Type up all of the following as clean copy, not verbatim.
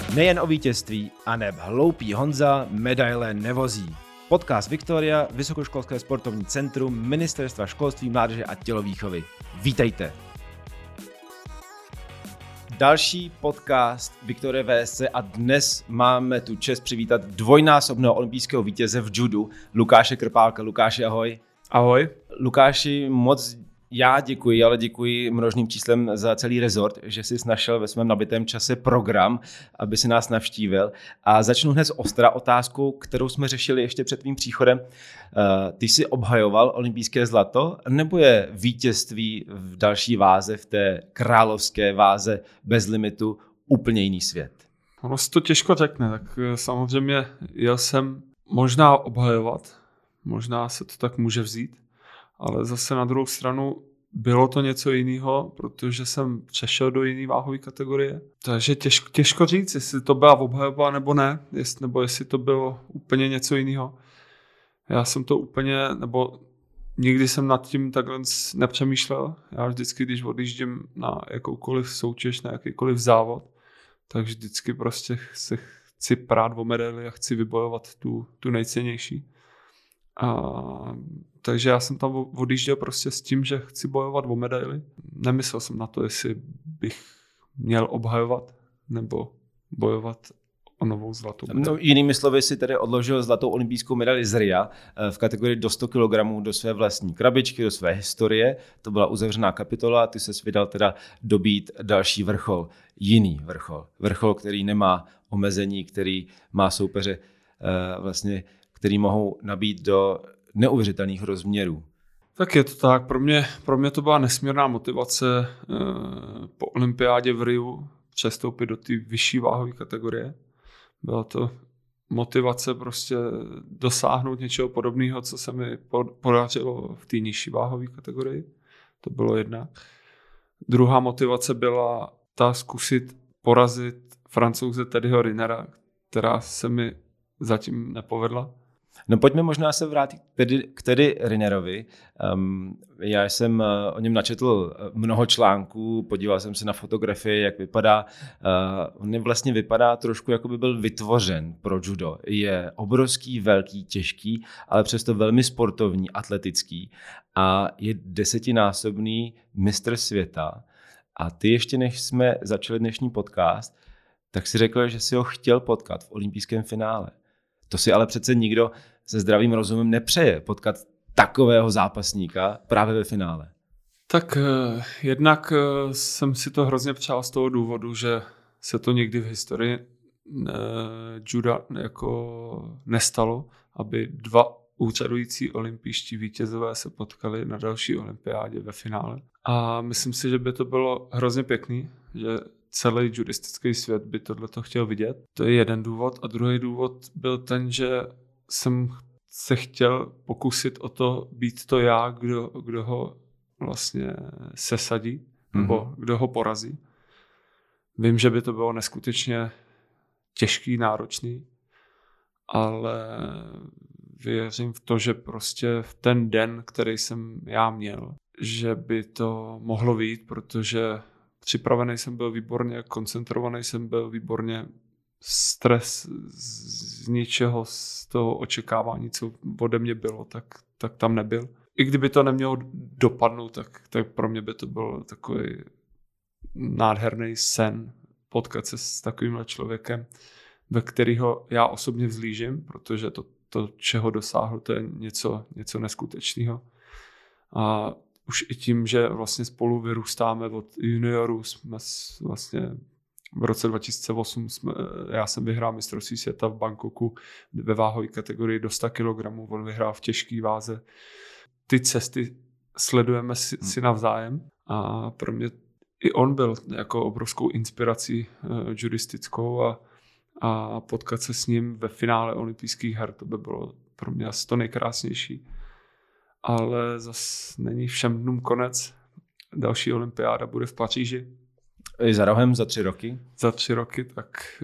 Nejen o vítězství, aneb hloupý Honza medaile nevozí. Podcast Viktoria, Vysokoškolské sportovní centrum Ministerstva školství, mládeže a tělovýchovy. Vítejte. Další podcast Viktorie VSC a dnes máme tu čest přivítat dvojnásobného olympijského vítěze v judu Lukáše Krpálka. Lukáši, ahoj. Ahoj. Lukáši, moc já děkuji, ale děkuji množným číslem za celý rezort, že jsi našel ve svém nabitém čase program, aby si nás navštívil. A začnu hned s ostra otázkou, kterou jsme řešili ještě před tvým příchodem. Ty jsi obhajoval olympijské zlato, nebo je vítězství v další váze, v té královské váze bez limitu, úplně jiný svět? Ono se to těžko řekne, tak samozřejmě jel jsem možná obhajovat, možná se to tak může vzít, ale zase na druhou stranu bylo to něco jiného, protože jsem přešel do jiné váhové kategorie. Takže těžko říct, jestli to byla obhajoba nebo ne, nebo jestli to bylo úplně něco jiného. Já jsem to úplně, nebo nikdy jsem nad tím takhle nepřemýšlel. Já vždycky, když odjíždím na jakoukoliv soutěž, na jakýkoliv závod, tak vždycky prostě se chci prát o medaili a chci vybojovat tu nejcennější. Takže já jsem tam odjížděl prostě s tím, že chci bojovat o medaili. Nemyslel jsem na to, jestli bych měl obhajovat nebo bojovat o novou zlatou medaili. No, jinými slovy si tedy odložil zlatou olympijskou medaili z Ria v kategorii do 100 kg do své vlastní krabičky, do své historie. To byla uzavřená kapitola a ty ses vydal teda dobít další vrchol, jiný vrchol. Vrchol, který nemá omezení, který má soupeře vlastně, který mohou nabít do neuvěřitelných rozměrů. Tak je to tak. Pro mě to byla nesmírná motivace po olympiádě v Riu přestoupit do té vyšší váhové kategorie. Byla to motivace prostě dosáhnout něčeho podobného, co se mi podařilo v té nižší váhové kategorii. To bylo jedna. Druhá motivace byla ta zkusit porazit Francouze Teddyho Riner, která se mi zatím nepovedla. No pojďme možná se vrátit k Teddy Rinerovi. Já jsem o něm načetl mnoho článků, podíval jsem se na fotografie, jak vypadá. On vlastně vypadá trošku, jako by byl vytvořen pro judo. Je obrovský, velký, těžký, ale přesto velmi sportovní, atletický a je 10násobný mistr světa. A ty ještě než jsme začali dnešní podcast, tak si řekl, že si ho chtěl potkat v olympijském finále. To si ale přece nikdo se zdravým rozumem nepřeje, potkat takového zápasníka právě ve finále. Tak jednak jsem si to hrozně přál z toho důvodu, že se to nikdy v historii juda jako nestalo, aby dva úřadující olympijští vítězové se potkali na další olympiádě ve finále. A myslím si, že by to bylo hrozně pěkný, že celý judistický svět by tohleto chtěl vidět. To je jeden důvod. A druhý důvod byl ten, že jsem se chtěl pokusit o to být to já, kdo ho vlastně sesadí, nebo kdo ho porazí. Vím, že by to bylo neskutečně těžký, náročný, ale věřím v to, že prostě v ten den, který jsem já měl, že by to mohlo vyjít, protože připravený jsem byl výborně, koncentrovaný jsem byl výborně, stres z ničeho, z toho očekávání, co ode mě bylo, tak tam nebyl. I kdyby to nemělo dopadnout, tak pro mě by to byl takový nádherný sen potkat se s takovýmhle člověkem, ve kterého já osobně vzlížím, protože to čeho dosáhl, to je něco neskutečného. A už i tím, že vlastně spolu vyrůstáme od juniorů, jsme vlastně v roce 2008 já jsem vyhrál mistrovství světa v Bangkoku ve váhové kategorii do 100 kg, on vyhrál v těžké váze. Ty cesty sledujeme si navzájem a pro mě i on byl jako obrovskou inspirací judistickou a potkat se s ním ve finále olympijských her, to by bylo pro mě asi to nejkrásnější. Ale zase není všem dnům konec. Další olympiáda bude v Paříži. I za rohem za 3 roky? Za 3 roky, tak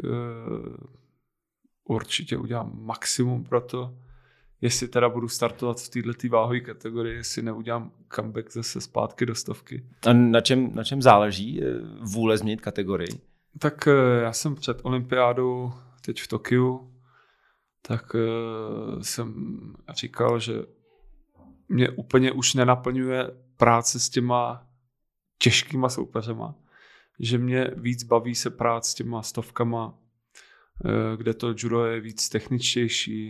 určitě udělám maximum pro to. Jestli teda budu startovat v této váhové kategorii, jestli neudělám comeback zase zpátky do 100. A na čem záleží vůle změnit kategorii? Tak já jsem před olympiádou teď v Tokiu, tak jsem říkal, že mě úplně už nenaplňuje práce s těma těžkýma soupeřema, že mě víc baví se prát s těma stovkama, kde to judo je víc techničtější,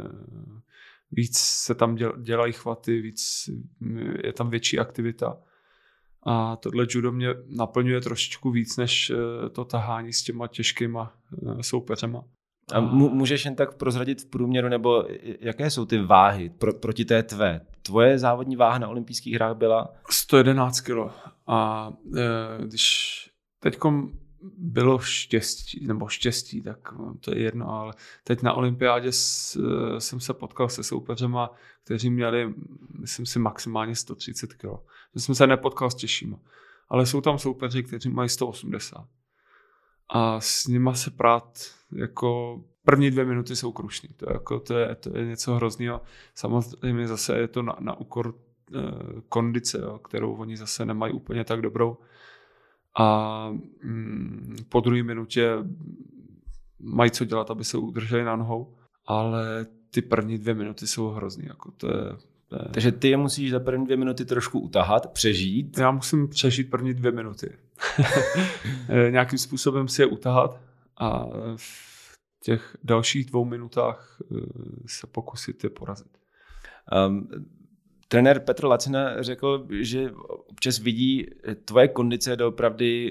víc se tam dělají chvaty, víc je tam větší aktivita. A tohle judo mě naplňuje trošičku víc, než to tahání s těma těžkýma soupeřema. A můžeš jen tak prozradit v průměru, nebo jaké jsou ty váhy proti té tvé? Tvoje závodní váha na olympijských hrách byla? 111 kg. A když teďkom bylo štěstí, tak to je jedno, ale teď na olympiádě jsem se potkal se soupeřema, kteří měli, myslím si, maximálně 130 kg. Že jsem se nepotkal s těžšíma. Ale jsou tam soupeři, kteří mají 180. A s nima se prát, jako první 2 minuty jsou krušný. To je něco hroznýho. Samozřejmě zase je to na úkor kondice, jo, kterou oni zase nemají úplně tak dobrou. A po 2. minutě mají co dělat, aby se udrželi na nohou, ale ty první 2 minuty jsou hrozný. Jako Takže ty je musíš za první 2 minuty trošku utahat, přežít? Já musím přežít první 2 minuty. Nějakým způsobem si je utahat a v těch dalších 2 minutách se pokusit je porazit. Trenér Petr Lacina řekl, že občas vidí tvoje kondice doopravdy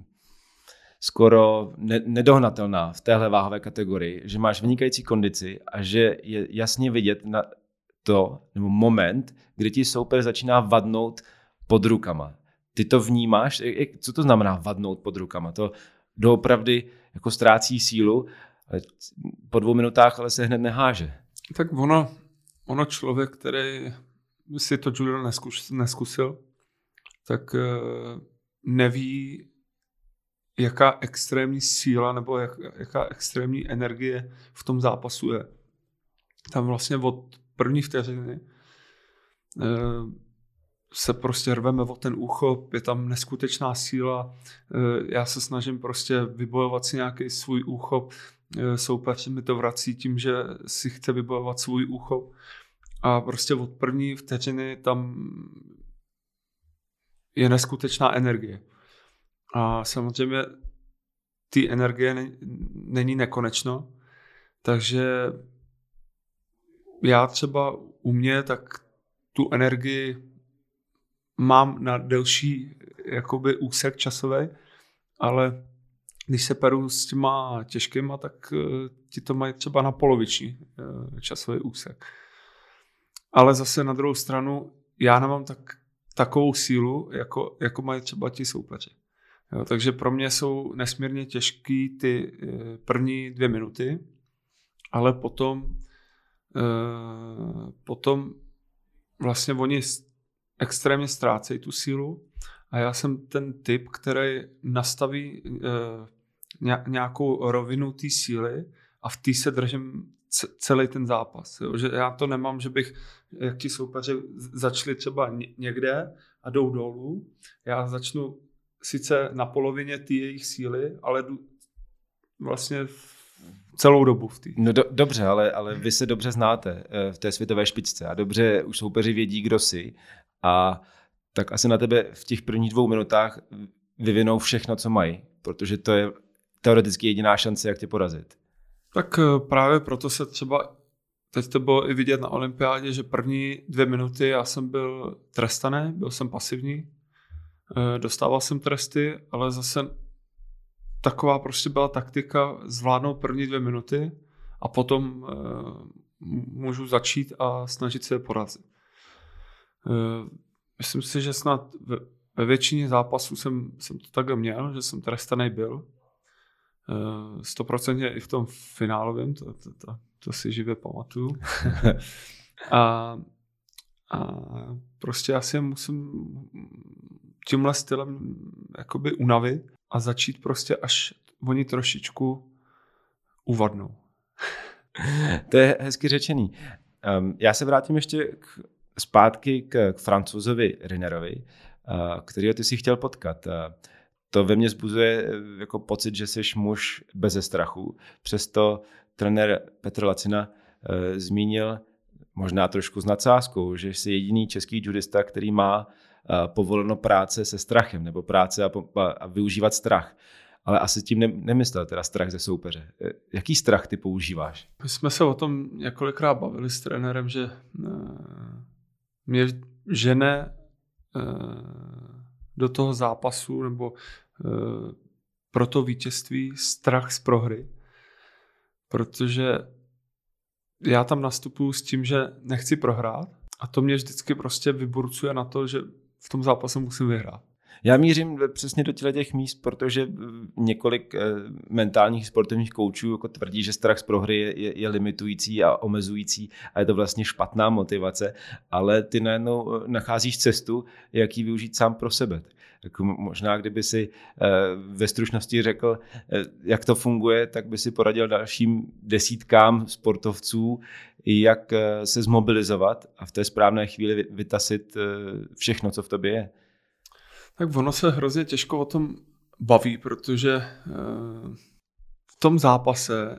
skoro nedohnatelná v téhle váhové kategorii, že máš vynikající kondici a že je jasně vidět na to, nebo moment, kdy ti soupeř začíná vadnout pod rukama. Ty to vnímáš? Co to znamená vadnout pod rukama? To doopravdy jako ztrácí sílu, po 2 minutách ale se hned neháže. Tak ono člověk, který si to judo neskusil, tak neví, jaká extrémní síla nebo jaká extrémní energie v tom zápasu je. Tam vlastně od první vteřiny se prostě rveme o ten úchop, je tam neskutečná síla, já se snažím prostě vybojovat si nějaký svůj úchop, soupeř mi to vrací tím, že si chce vybojovat svůj úchop a prostě od první vteřiny tam je neskutečná energie. A samozřejmě ty energie není nekonečno, takže já třeba u mě tak tu energii mám na delší jakoby úsek časový, ale když se peru s těma těžkýma, tak ti to mají třeba na poloviční časový úsek. Ale zase na druhou stranu já nemám takovou sílu, jako mají třeba ti soupeři. Jo, takže pro mě jsou nesmírně těžký ty první 2 minuty, ale potom vlastně oni extrémně ztrácejí tu sílu a já jsem ten typ, který nastaví nějakou rovinu té síly a v té se držím celý ten zápas. Jo? Že já to nemám, že bych, jak ti soupeři začali třeba někde a jdou dolů, já začnu sice na polovině té jejich síly, ale jdu vlastně celou dobu v té. No dobře, ale vy se dobře znáte v té světové špičce a dobře už soupeři vědí, kdo jsi a tak asi na tebe v těch prvních 2 minutách vyvinou všechno, co mají, protože to je teoreticky jediná šance, jak tě porazit. Tak právě proto se třeba, teď to bylo i vidět na olympiádě, že první 2 minuty já jsem byl trestaný, byl jsem pasivní, dostával jsem tresty, ale zase taková prostě byla taktika zvládnout první 2 minuty a potom můžu začít a snažit se je porazit. Myslím si, že snad ve většině zápasů jsem to takhle měl, že jsem trestaný byl. 100% i v tom finálovém, to si živě pamatuju. a prostě asi musím tímhle stylem jakoby unavit a začít prostě, až oni trošičku uvadnou. To je hezky řečený. Já se vrátím ještě zpátky k Francouzovi Rinerovi, kterýho ty si chtěl potkat. to ve mně zbuzuje jako pocit, že jsi muž beze strachu. Přesto trenér Petr Lacina zmínil možná trošku s nadsázkou, že jsi jediný český judista, který má povoleno práce se strachem nebo práce a využívat strach. Ale asi tím nemyslel teda strach ze soupeře. Jaký strach ty používáš? My jsme se o tom několikrát bavili s trenérem, že mě žene do toho zápasu nebo pro to vítězství strach z prohry. Protože já tam nastupuju s tím, že nechci prohrát a to mě vždycky prostě vyburcuje na to, že v tom zápase musím vyhrát. Já mířím přesně do těch míst, protože několik mentálních sportovních koučů jako tvrdí, že strach z prohry je limitující a omezující a je to vlastně špatná motivace, ale ty najednou nacházíš cestu, jak ji využít sám pro sebe. Tak možná, kdyby si ve stručnosti řekl, jak to funguje, tak by si poradil dalším desítkám sportovců, jak se zmobilizovat a v té správné chvíli vytasit všechno, co v tobě je. Tak ono se hrozně těžko o tom baví, protože v tom zápase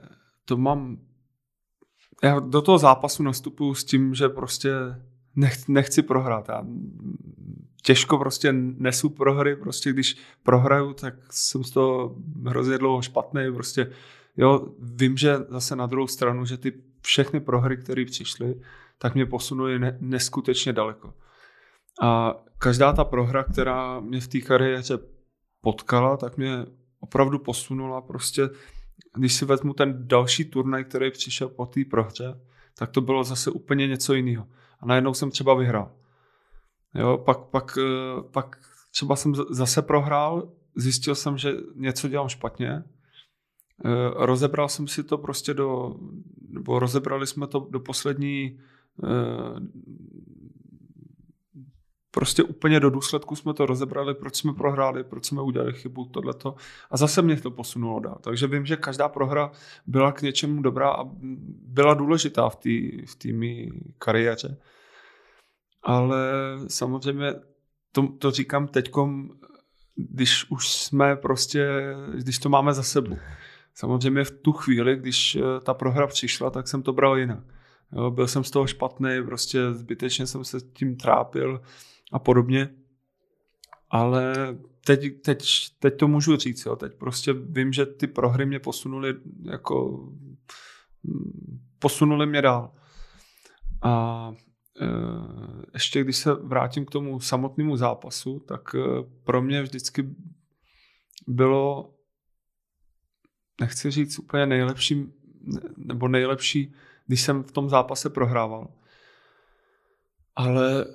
já do toho zápasu nastupuju s tím, že prostě nechci prohrát. Já těžko prostě nesu prohry, prostě když prohraju, tak jsem z toho hrozně dlouho špatný, prostě jo, vím, že zase na druhou stranu, že ty všechny prohry, které přišly, tak mě posunuly neskutečně daleko. A každá ta prohra, která mě v té kariéře potkala, tak mě opravdu posunula. Prostě, když si vezmu ten další turnaj, který přišel po té prohře, tak to bylo zase úplně něco jiného. A najednou jsem třeba vyhrál. Jo, pak třeba jsem zase prohrál, zjistil jsem, že něco dělám špatně. Rozebral jsem si to prostě nebo rozebrali jsme to do poslední prostě úplně do důsledku jsme to rozebrali, proč jsme prohráli, proč jsme udělali chybu, tohleto. A zase mě to posunulo dál. Takže vím, že každá prohra byla k něčemu dobrá a byla důležitá v té mý kariéře. Ale samozřejmě to říkám teďkom, když to máme za sebou. Samozřejmě v tu chvíli, když ta prohra přišla, tak jsem to bral jinak. Jo, byl jsem z toho špatný, prostě zbytečně jsem se tím trápil a podobně. Ale teď to můžu říct, jo. Teď prostě vím, že ty prohry mě posunuli mě dál. A ještě když se vrátím k tomu samotnému zápasu, tak pro mě vždycky bylo, nechci říct úplně nejlepší, když jsem v tom zápase prohrával. Ale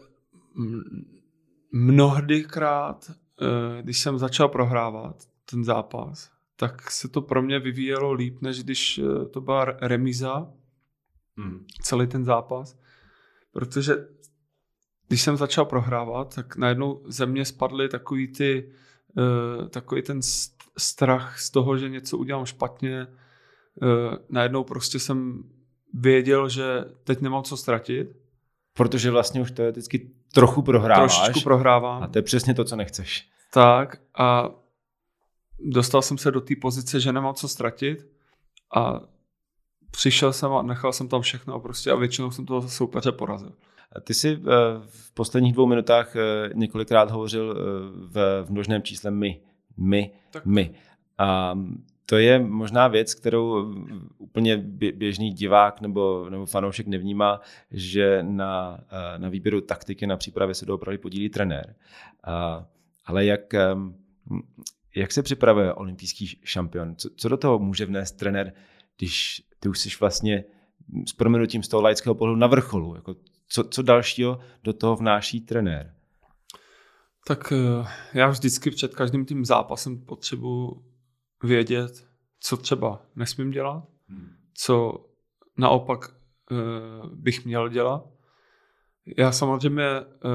mnohdykrát, když jsem začal prohrávat ten zápas, tak se to pro mě vyvíjelo líp, než když to byla remíza, celý ten zápas. Protože když jsem začal prohrávat, tak najednou ze mě spadly takový ten strach z toho, že něco udělám špatně. Najednou prostě jsem věděl, že teď nemám co ztratit. Protože vlastně už teoreticky trochu prohráváš. Trošičku prohrávám. A to je přesně to, co nechceš. Tak a dostal jsem se do té pozice, že nemám co ztratit a přišel jsem a nechal jsem tam všechno a většinou jsem toho soupeře porazil. Ty jsi v posledních 2 minutách několikrát hovořil v množném čísle my. A to je možná věc, kterou úplně běžný divák nebo fanoušek nevnímá, že na výběru taktiky, na přípravě se doopravdy podílí trenér. Ale jak se připravuje olympijský šampion? Co do toho může vnést trenér, když ty už jsi vlastně s prominutím z toho laického pohledu na vrcholu? Jako co dalšího do toho vnáší trenér? Tak já vždycky před každým tím zápasem potřebuji vědět, co třeba nesmím dělat, co naopak bych měl dělat. Já samozřejmě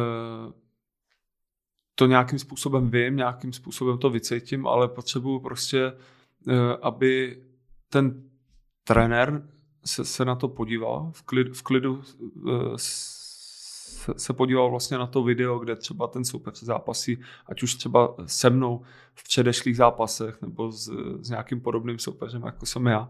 to nějakým způsobem vím, nějakým způsobem to vycítím, ale potřebuji prostě, aby ten trenér se na to podíval, v klidu se podíval vlastně na to video, kde třeba ten soupeř zápasí, ať už třeba se mnou v předešlých zápasech nebo s nějakým podobným soupeřem, jako jsem já.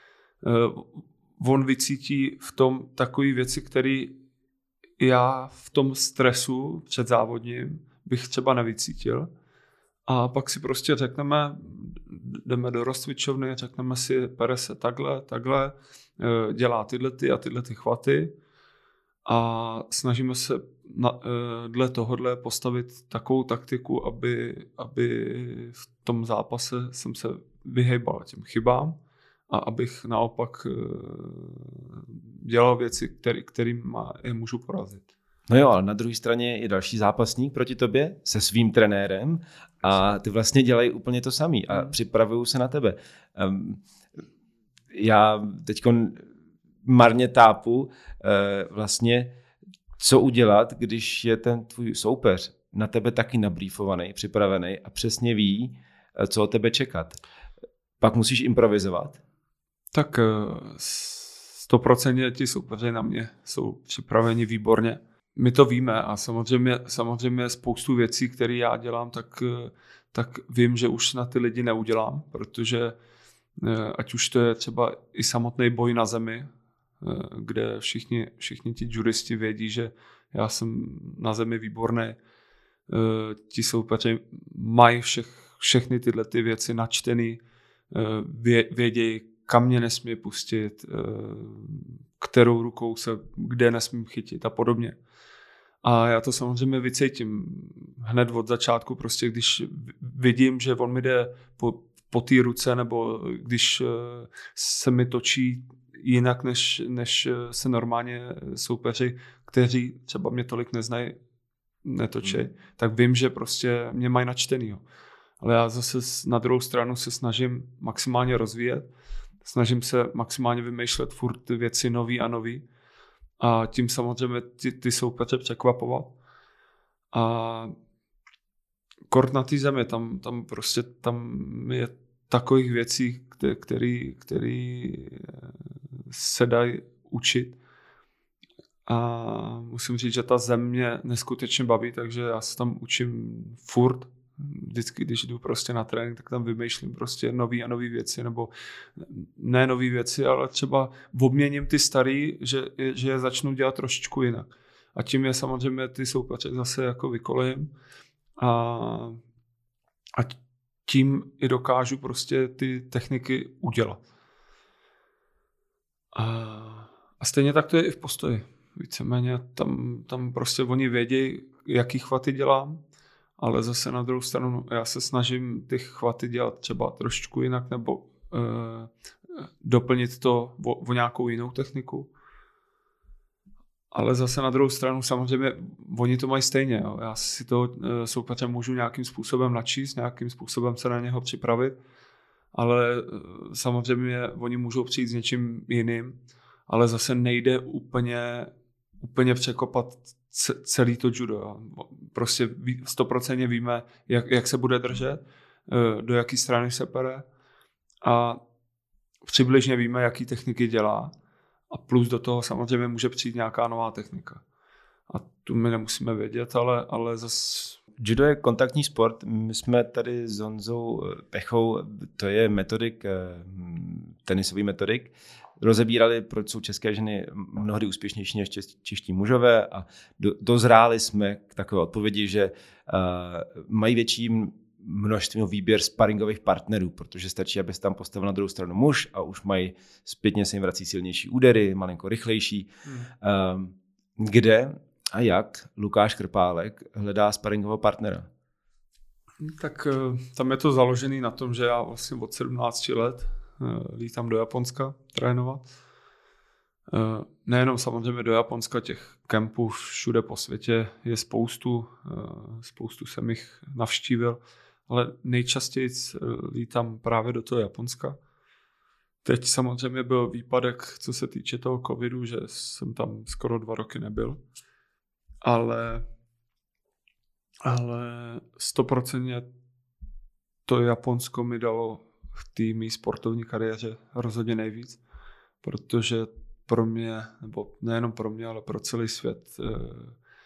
On vycítí v tom takové věci, které já v tom stresu předzávodním bych třeba nevycítil. A pak si prostě řekneme, jdeme do rozcvičovny, řekneme si, pere se takhle, dělá tyhle ty chvaty a snažíme se dle tohohle postavit takovou taktiku, aby v tom zápase jsem se vyhejbal těm chybám a abych naopak dělal věci, kterým je můžu porazit. No jo, ale na druhé straně je další zápasník proti tobě se svým trenérem a ty vlastně dělají úplně to samý a připravují se na tebe. Já teď marně tápu vlastně, co udělat, když je ten tvůj soupeř na tebe taky nabrýfovaný, připravený a přesně ví, co od tebe čekat. Pak musíš improvizovat. Tak 100% ti soupeři na mě jsou připraveni výborně. My to víme a samozřejmě spoustu věcí, které já dělám, tak vím, že už na ty lidi neudělám, protože ať už to je třeba i samotný boj na zemi, kde všichni ti juristi vědí, že já jsem na zemi výborný. Ti soupeři mají všechny tyhle ty věci načtený, vědějí, kam mě nesmí pustit, kterou rukou se kde nesmím chytit a podobně. A já to samozřejmě vycítím hned od začátku, prostě když vidím, že on mi jde po té ruce, nebo když se mi točí jinak, než se normálně soupeři, kteří třeba mě tolik neznají, netočí, tak vím, že prostě mě mají načtenýho. Ale já zase na druhou stranu se snažím maximálně rozvíjet, snažím se maximálně vymýšlet furt věci nový a nový a tím samozřejmě ty soupeře překvapovat. A kort na té zemi, tam je takových věcí, které se dají učit. A musím říct, že ta země neskutečně baví, takže já se tam učím furt. Vždycky, když jdu prostě na trénink, tak tam vymýšlím prostě nový a nový věci, nebo ne nový věci, ale třeba obměním ty starý, že je začnu dělat trošičku jinak. A tím je samozřejmě ty soupeře zase jako vykolím a tím i dokážu prostě ty techniky udělat. A stejně tak to je i v postoji. Víceméně tam prostě oni vědí, jaký chvaty dělám, ale zase na druhou stranu já se snažím ty chvaty dělat třeba trošičku jinak nebo doplnit to o nějakou jinou techniku. Ale zase na druhou stranu samozřejmě oni to mají stejně. Jo. Já si to soupeře můžu nějakým způsobem načíst, nějakým způsobem se na něho připravit, ale samozřejmě oni můžou přijít s něčím jiným, ale zase nejde úplně překopat celý to judo. Jo. Prostě 100% víme, jak se bude držet, do jaký strany se pere a přibližně víme, jaký techniky dělá. A plus do toho samozřejmě může přijít nějaká nová technika. A tu my nemusíme vědět, ale zase... Judo je kontaktní sport. My jsme tady s Honzou Pechou, to je metodik, tenisový metodik, rozebírali, proč jsou české ženy mnohdy úspěšnější než čeští mužové a dozráli jsme k takové odpovědi, že mají větší množství výběr sparingových partnerů, protože stačí, aby se tam postavil na druhou stranu muž a už mají zpětně se jim vrací silnější údery, malinko rychlejší. Kde a jak Lukáš Krpálek hledá sparingového partnera? Tak tam je to založené na tom, že já vlastně od 17 let lítám do Japonska trénovat. Nejenom samozřejmě do Japonska, těch kempů všude po světě je spoustu jsem jich navštívil, ale nejčastěji lítám právě do toho Japonska. Teď samozřejmě byl výpadek, co se týče toho covidu, že jsem tam skoro 2 roky nebyl, ale 100% to Japonsko mi dalo v té mý sportovní kariéře rozhodně nejvíc, protože pro mě, nebo nejenom pro mě, ale pro celý svět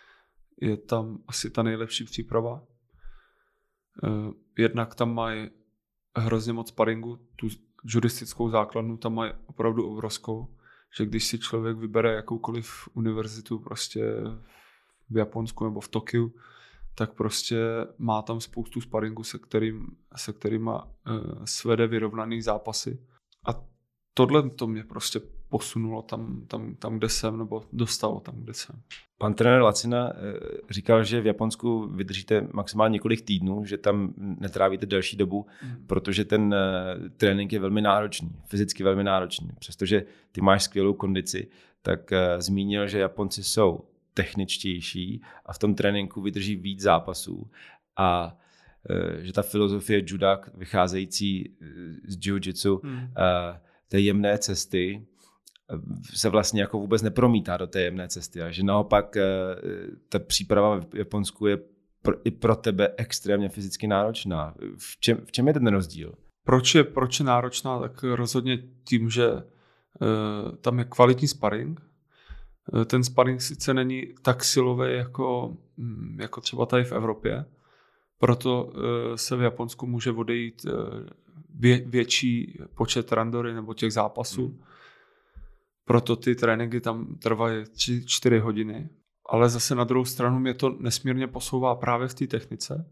je tam asi ta nejlepší příprava. Jednak tam mají hrozně moc sparingu, tu juristickou základnu tam mají opravdu obrovskou, že když si člověk vybere jakoukoliv univerzitu prostě v Japonsku nebo v Tokiu, tak prostě má tam spoustu sparingu, se kterýma svede vyrovnaný zápasy. A tohle to mě prostě posunulo tam, kde jsem, nebo dostalo tam, kde jsem. Pan trenér Lacina říkal, že v Japonsku vydržíte maximálně několik týdnů, že tam netrávíte delší dobu, protože ten trénink je velmi náročný, fyzicky velmi náročný. Přestože ty máš skvělou kondici, tak zmínil, že Japonci jsou techničtější a v tom tréninku vydrží víc zápasů a že ta filozofie juda vycházející z jiu-jitsu, té jemné cesty, se vlastně jako vůbec nepromítá do té jemné cesty a že naopak ta příprava v Japonsku je i pro tebe extrémně fyzicky náročná. V čem je ten rozdíl? Proč je náročná? Tak rozhodně tím, že tam je kvalitní sparring. Ten sparring sice není tak silový jako třeba tady v Evropě, proto se v Japonsku může odejít větší počet randory nebo těch zápasů. Proto ty tréninky tam trvají 4 hodiny. Ale zase na druhou stranu mě to nesmírně posouvá právě v té technice.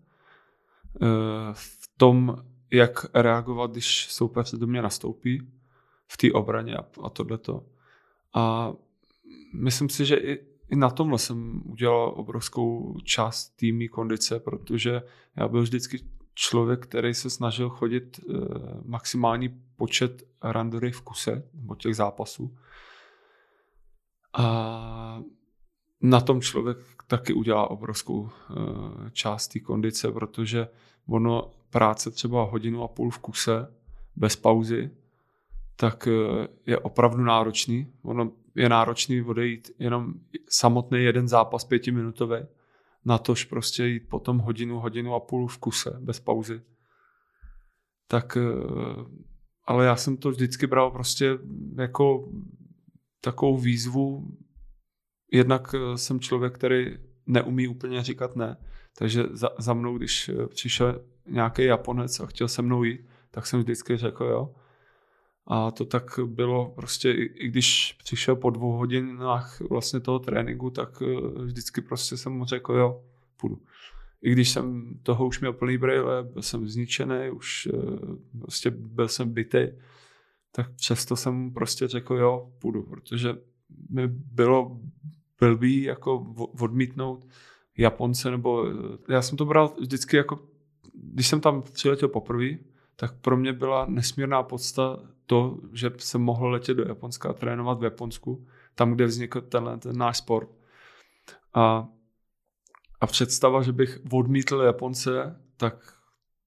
V tom, jak reagovat, když soupeř do mě nastoupí v té obraně a tohleto. A myslím si, že i na tomhle jsem udělal obrovskou část týmní kondice, protože já byl vždycky člověk, který se snažil chodit maximální počet randory v kuse, nebo těch zápasů. A na tom člověk taky udělá obrovskou část té kondice, protože ono práce třeba 1,5 hodiny v kuse bez pauzy, tak je opravdu náročný. Ono je náročný odejít jenom samotný jeden zápas 5minutový, natož prostě jít potom 1,5 hodiny v kuse bez pauzy. Tak, ale já jsem to vždycky bral prostě jako takovou výzvu. Jednak jsem člověk, který neumí úplně říkat ne, takže za mnou, když přišel nějaký Japonec a chtěl se mnou jít, tak jsem vždycky řekl jo. A to tak bylo prostě, i když přišel po 2 hodinách vlastně toho tréninku, tak vždycky prostě jsem mu řekl jo, půjdu. I když jsem toho už měl plný brejle, byl jsem zničený, už prostě byl jsem bitej, tak přesto jsem mu prostě řekl jo, půjdu, protože mi bylo blbý jako odmítnout Japonce, nebo já jsem to bral vždycky jako, když jsem tam přiletěl poprvé, tak pro mě byla nesmírná podsta to, že jsem mohl letět do Japonska a trénovat v Japonsku, tam, kde vznikl ten náš sport. A představa, že bych odmítl Japonce, tak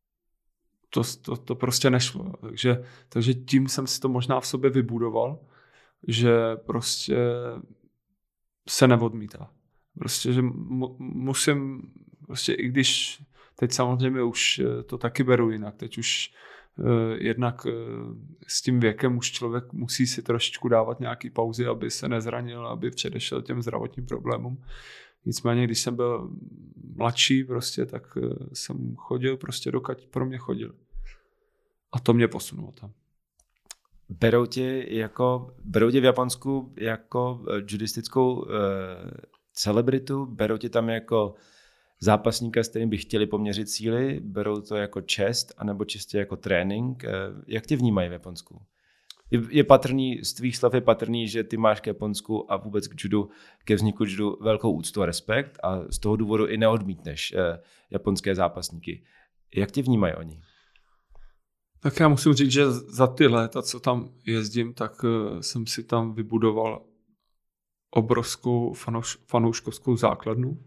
to prostě nešlo. Takže tím jsem si to možná v sobě vybudoval, že prostě se neodmítá. Prostě, že musím, prostě i když teď samozřejmě už to taky beru jinak, teď už jednak s tím věkem už člověk musí si trošičku dávat nějaký pauzy, aby se nezranil, aby předešel těm zdravotním problémům. Nicméně, když jsem byl mladší, prostě, tak jsem chodil prostě dokud pro mě chodil. A to mě posunulo tam. Berou tě v Japonsku jako judistickou celebritu, berou tě tam jako zápasníka, s kterým by chtěli poměřit síly, berou to jako čest, anebo čistě jako trénink. Jak tě vnímají v Japonsku? Je patrný, z tvých slov je patrný, že ty máš k Japonsku a vůbec k judu, ke vzniku judu velkou úctu a respekt a z toho důvodu i neodmítneš japonské zápasníky. Jak tě vnímají oni? Tak já musím říct, že za ty léta, co tam jezdím, tak jsem si tam vybudoval obrovskou fanouškovskou základnu,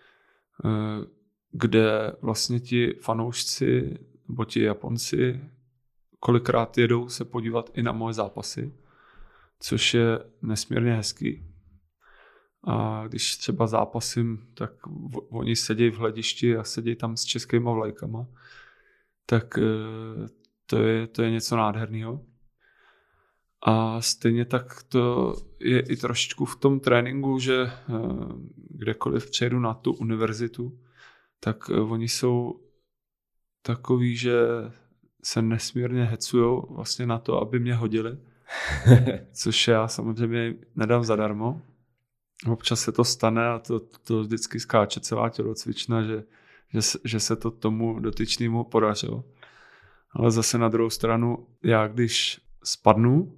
kde vlastně ti fanoušci nebo ti Japonci kolikrát jedou se podívat i na moje zápasy, což je nesmírně hezký. A když třeba zápasím, tak oni sedí v hledišti a sedí tam s českýma vlajkama, tak to je něco nádherného. A stejně tak to je i trošičku v tom tréninku, že kdekoliv přejdu na tu univerzitu, tak oni jsou takový, že se nesmírně hecujou vlastně na to, aby mě hodili, což já samozřejmě nedám zadarmo. Občas se to stane a to vždycky skáče celá tělocvična, že se to tomu dotyčnému podařilo. Ale zase na druhou stranu, já když spadnu,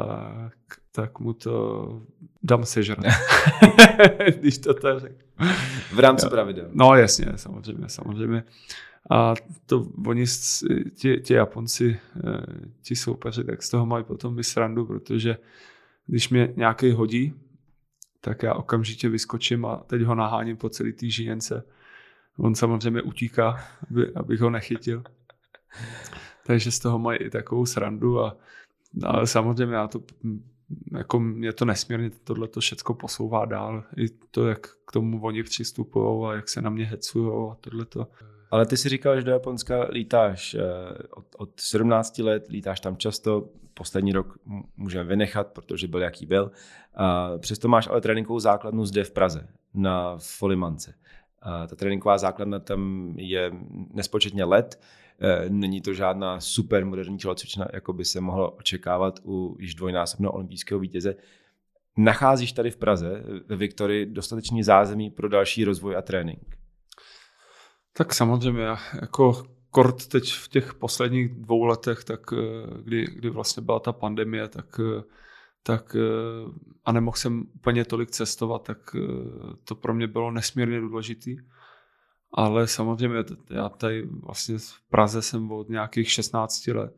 tak mu to dám sežrat. Když to tak řeknu. V rámci pravidel. No jasně, samozřejmě. A to oni, ti Japonci, ti soupeři, tak z toho mají potom i srandu, protože když mě nějaký hodí, tak já okamžitě vyskočím a teď ho naháním po celý té žíjence. On samozřejmě utíká, abych ho nechytil. Takže z toho mají i takovou srandu ale samozřejmě já to, jako mě to nesmírně tohleto všecko posouvá dál. I to, jak k tomu oni přistupují a jak se na mě hecujou a tohleto. Ale ty si říkal, že do Japonska lítáš od 17 let, lítáš tam často, poslední rok můžeme vynechat, protože byl jaký byl. Přesto máš ale tréninkovou základnu zde v Praze, na Folimance. Ta tréninková základna tam je nespočetně let, není to žádná super moderní tělocvična, jako by se mohlo očekávat u již dvojnásobného olympijského vítěze. Nacházíš tady v Praze, ve Viktorii, dostatečný zázemí pro další rozvoj a trénink? Tak samozřejmě, jako kort teď v těch posledních 2 letech, tak kdy vlastně byla ta pandemie, tak a nemohl jsem úplně tolik cestovat, tak to pro mě bylo nesmírně důležitý. Ale samozřejmě já tady vlastně v Praze jsem od nějakých 16 let.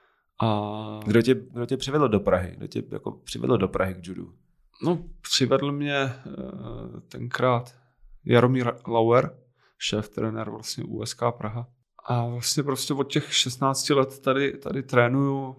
Kdo tě přivedl do Prahy? Kdo tě jako přivedl do Prahy k judu? No, přivedl mě tenkrát Jaromír Lauer, šéf trenér vlastně USK Praha. A vlastně prostě od těch 16 let tady trénuju.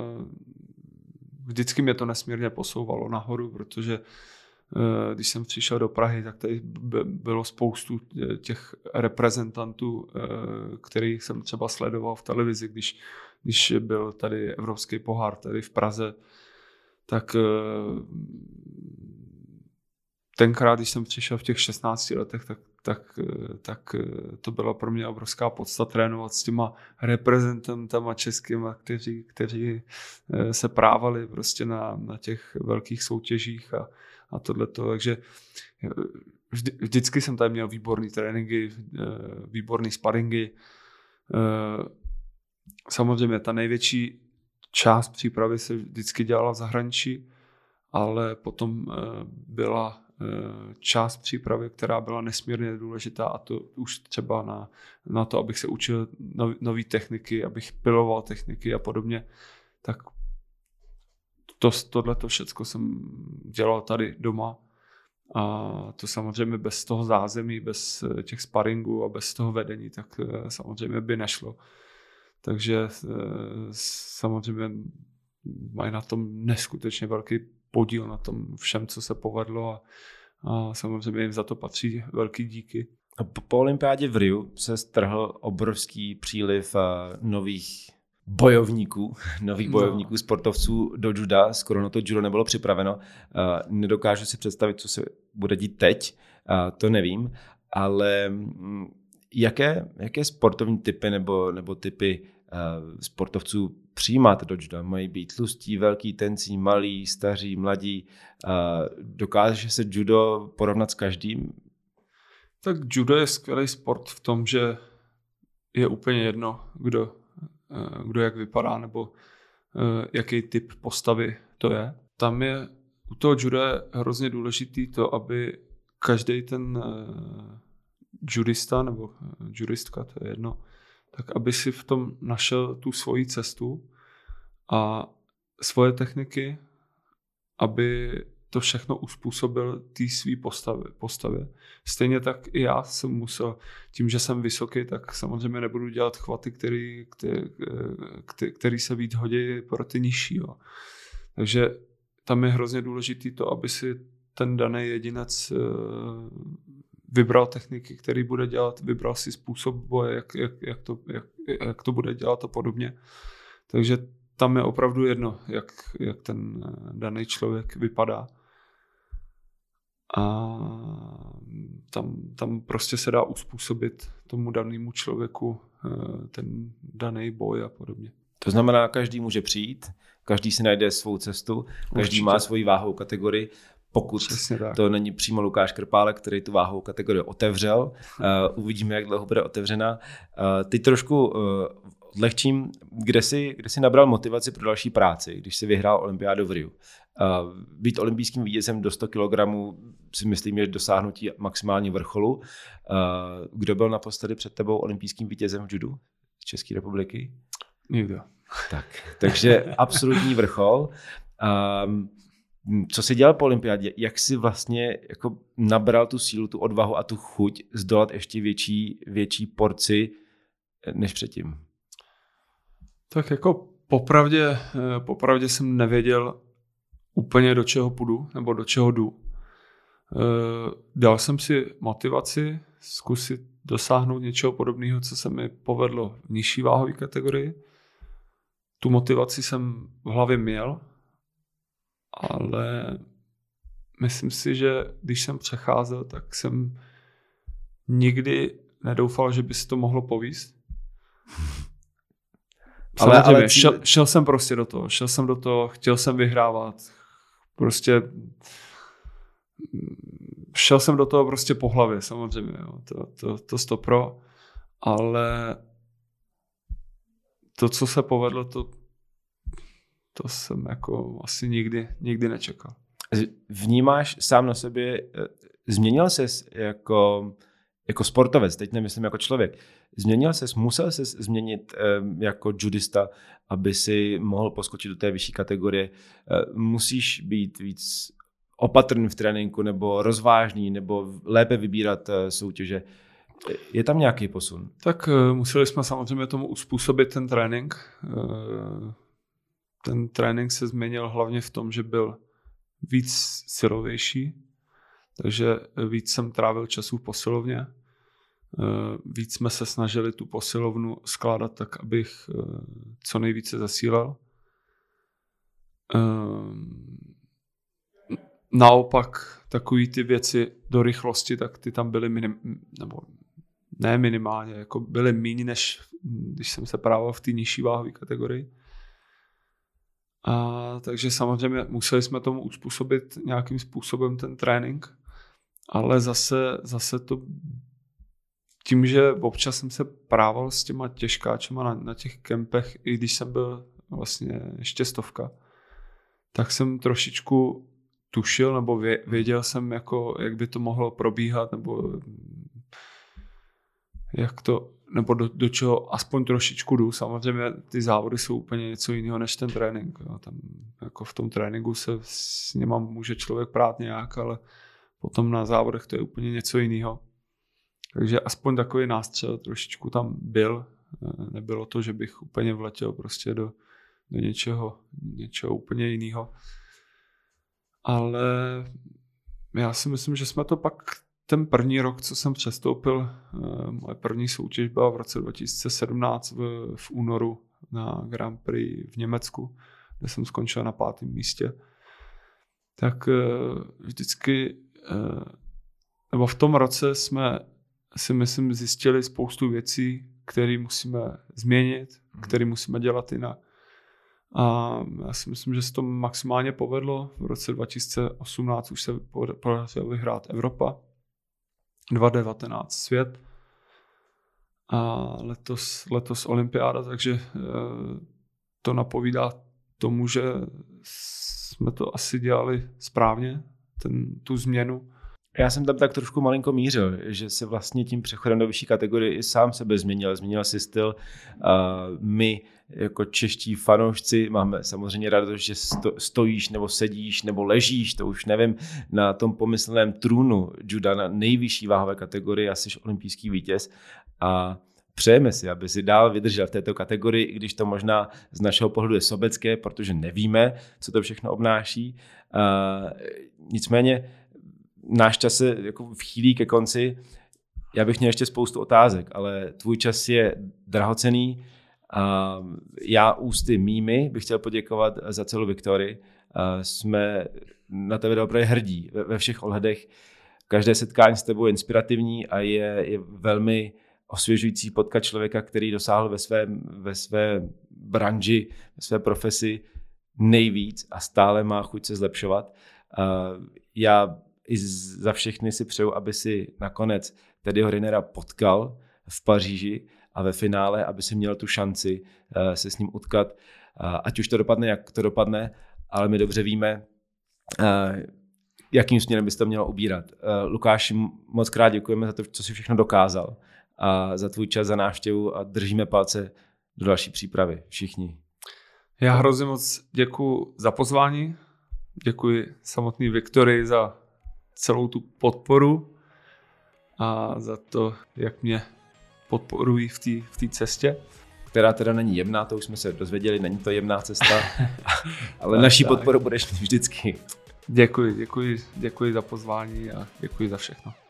Vždycky mě to nesmírně posouvalo nahoru, protože když jsem přišel do Prahy, tak tady bylo spoustu těch reprezentantů, kterých jsem třeba sledoval v televizi, když byl tady Evropský pohár tady v Praze, tak tenkrát, když jsem přišel v těch 16 letech, tak to byla pro mě obrovská podsta trénovat s těma reprezentantama českýma, kteří se právali prostě na těch velkých soutěžích a tohleto. Takže vždycky jsem tady měl výborný tréninky, výborný sparingy. Samozřejmě ta největší část přípravy se vždycky dělala v zahraničí, ale potom byla část přípravy, která byla nesmírně důležitá, a to už třeba na to, abych se učil nové techniky, abych piloval techniky a podobně, tak tohleto všecko jsem dělal tady doma. A to samozřejmě bez toho zázemí, bez těch sparingů a bez toho vedení, tak samozřejmě by nešlo. Takže samozřejmě mají na tom neskutečně velký podíl na tom všem, co se povedlo, a samozřejmě jim za to patří velký díky. Po olympiádě v Riu se strhl obrovský příliv nových bojovníků, sportovců do juda. Skoro na to judo nebylo připraveno. Nedokážu si představit, co se bude dít teď, to nevím, ale jaké sportovní typy nebo typy sportovců přijímáte do juda? Mají být tlustí, velký, tencí, malí, staří, mladí? Dokáže se judo porovnat s každým? Tak judo je skvělý sport v tom, že je úplně jedno, kdo jak vypadá nebo jaký typ postavy to je. Tam je u toho juda je hrozně důležitý to, aby každý ten judista nebo judistka, to je jedno, tak aby si v tom našel tu svoji cestu a svoje techniky, aby to všechno uspůsobil té své postavě. Stejně tak i já jsem musel, tím, že jsem vysoký, tak samozřejmě nebudu dělat chvaty, který se víc hodí pro ty nižší. Jo. Takže tam je hrozně důležitý to, aby si ten daný jedinec vybral techniky, který bude dělat, vybral si způsob boje, jak to bude dělat a podobně. Takže tam je opravdu jedno, jak ten daný člověk vypadá. A tam prostě se dá uspůsobit tomu danému člověku ten daný boj a podobně. To znamená, každý může přijít, každý si najde svou cestu, každý Určitě. má svoji váhovou kategorii, pokud to není přímo Lukáš Krpálek, který tu váhovou kategorii otevřel. Uvidíme, jak dlouho bude otevřena. Teď trošku odlehčím, kde jsi nabral motivaci pro další práci, když jsi vyhrál olympiádu v Riu. Být olympijským vítězem do 100 kg si myslím, je dosáhnutí maximální vrcholu. Kdo byl naposledy před tebou olympijským vítězem v judu z České republiky? Nikdo. Takže absolutní vrchol. Co jsi dělal po olympiádě? Jak jsi vlastně jako nabral tu sílu, tu odvahu a tu chuť zdolat ještě větší porci než předtím? Tak jako popravdě jsem nevěděl úplně, do čeho půjdu nebo do čeho jdu. Dal jsem si motivaci zkusit dosáhnout něčeho podobného, co se mi povedlo v nižší váhové kategorii. Tu motivaci jsem v hlavě měl, ale myslím si, že když jsem přecházel, tak jsem nikdy nedoufal, že by se to mohlo povíst. Ale šel jsem prostě do toho, chtěl jsem vyhrávat, prostě šel jsem do toho prostě po hlavě, samozřejmě, jo. To 100%, ale to, co se povedlo, to jsem jako asi nikdy nečekal. Vnímáš sám na sobě, změnil ses jako sportovec, teď nemyslím jako člověk, musel ses změnit jako judista, aby si mohl poskočit do té vyšší kategorie. Musíš být víc opatrný v tréninku, nebo rozvážný, nebo lépe vybírat soutěže. Je tam nějaký posun? Tak museli jsme samozřejmě tomu uspůsobit ten trénink. Ten trénink se změnil hlavně v tom, že byl víc silovější, takže víc jsem trávil času v posilovně. Víc jsme se snažili tu posilovnu skládat tak, abych co nejvíce zasílal. Naopak takový ty věci do rychlosti, tak ty tam byly ne minimálně, jako byly méně, než když jsem se právě v té nižší váhové kategorii. Takže samozřejmě museli jsme tomu uspůsobit nějakým způsobem ten trénink, ale zase to tím, že občas jsem se prával s těma těžkáčema na těch kempech, i když jsem byl vlastně ještě 100, tak jsem trošičku tušil, nebo věděl jsem, jak by to mohlo probíhat, nebo nebo do čeho aspoň trošičku jdu. Samozřejmě ty závody jsou úplně něco jiného než ten trénink. Jo. Tam jako v tom tréninku se s něma může člověk prát nějak, ale potom na závodech to je úplně něco jiného. Takže aspoň takový nástřel trošičku tam byl. Nebylo to, že bych úplně vletěl prostě do něčeho úplně jiného. Ale já si myslím, že jsme to pak ten první rok, co jsem přestoupil, moje první soutěž byla v roce 2017 v únoru na Grand Prix v Německu, kde jsem skončil na 5. místě. Tak vždycky, nebo v tom roce jsme si myslím zjistili spoustu věcí, které musíme změnit, které musíme dělat jinak. A já si myslím, že se to maximálně povedlo. V roce 2018 už se podařilo vyhrát Evropa, 2019 svět a letos olympiáda, takže to napovídá tomu, že jsme to asi dělali správně, tu změnu. Já jsem tam tak trošku malinko mířil, že se vlastně tím přechodem do vyšší kategorie i sám sebe změnil si styl. My jako čeští fanoušci máme samozřejmě radost, že stojíš nebo sedíš nebo ležíš, to už nevím, na tom pomyslném trůnu juda na nejvyšší váhové kategorii a jsi olympijský vítěz a přejeme si, aby si dál vydržel v této kategorii, i když to možná z našeho pohledu je sobecké, protože nevíme, co to všechno obnáší. Nicméně náš čas se jako chýlí ke konci. Já bych měl ještě spoustu otázek, ale tvůj čas je drahocenný Já ústy mými bych chtěl poděkovat za celou Viktorii. Jsme na tebe opravdu hrdí ve všech ohledech. Každé setkání s tebou je inspirativní a je velmi osvěžující potkat člověka, který dosáhl ve své branži, ve své profesi nejvíc a stále má chuť se zlepšovat. Já i za všechny si přeju, aby si nakonec Teddyho Rinera potkal v Paříži a ve finále, aby si měl tu šanci se s ním utkat. Ať už to dopadne, jak to dopadne, ale my dobře víme, jakým směrem bys to mělo ubírat. Lukáši, moc krát děkujeme za to, co jsi všechno dokázal a za tvůj čas, za návštěvu a držíme palce do další přípravy. Všichni. Já hrozně moc děkuji za pozvání. Děkuji samotný Viktorii za celou tu podporu a za to, jak mě podporují v té cestě. Která teda není jemná, to už jsme se dozvěděli, není to jemná cesta, ale naší podporu budeš mít vždycky. Děkuji za pozvání a děkuji za všechno.